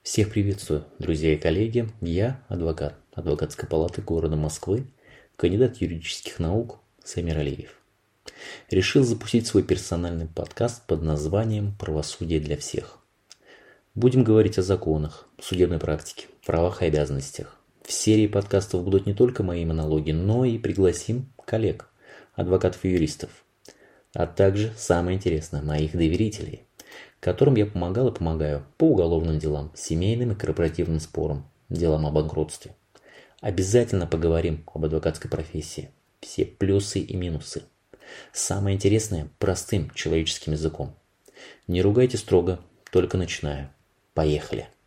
Всех приветствую, друзья и коллеги. Я адвокат Адвокатской палаты города Москвы, кандидат юридических наук Самир Алиев. Решил запустить свой персональный подкаст под названием «Правосудие для всех». Будем говорить о законах, судебной практике, правах и обязанностях. В серии подкастов будут не только мои монологи, но и пригласим коллег, адвокатов и юристов, а также, самое интересное, моих доверителей, которым я помогал и помогаю по уголовным делам, семейным и корпоративным спорам, делам о банкротстве. Обязательно поговорим об адвокатской профессии, все плюсы и минусы. Самое интересное – простым человеческим языком. Не ругайте строго, только начинаю. Поехали!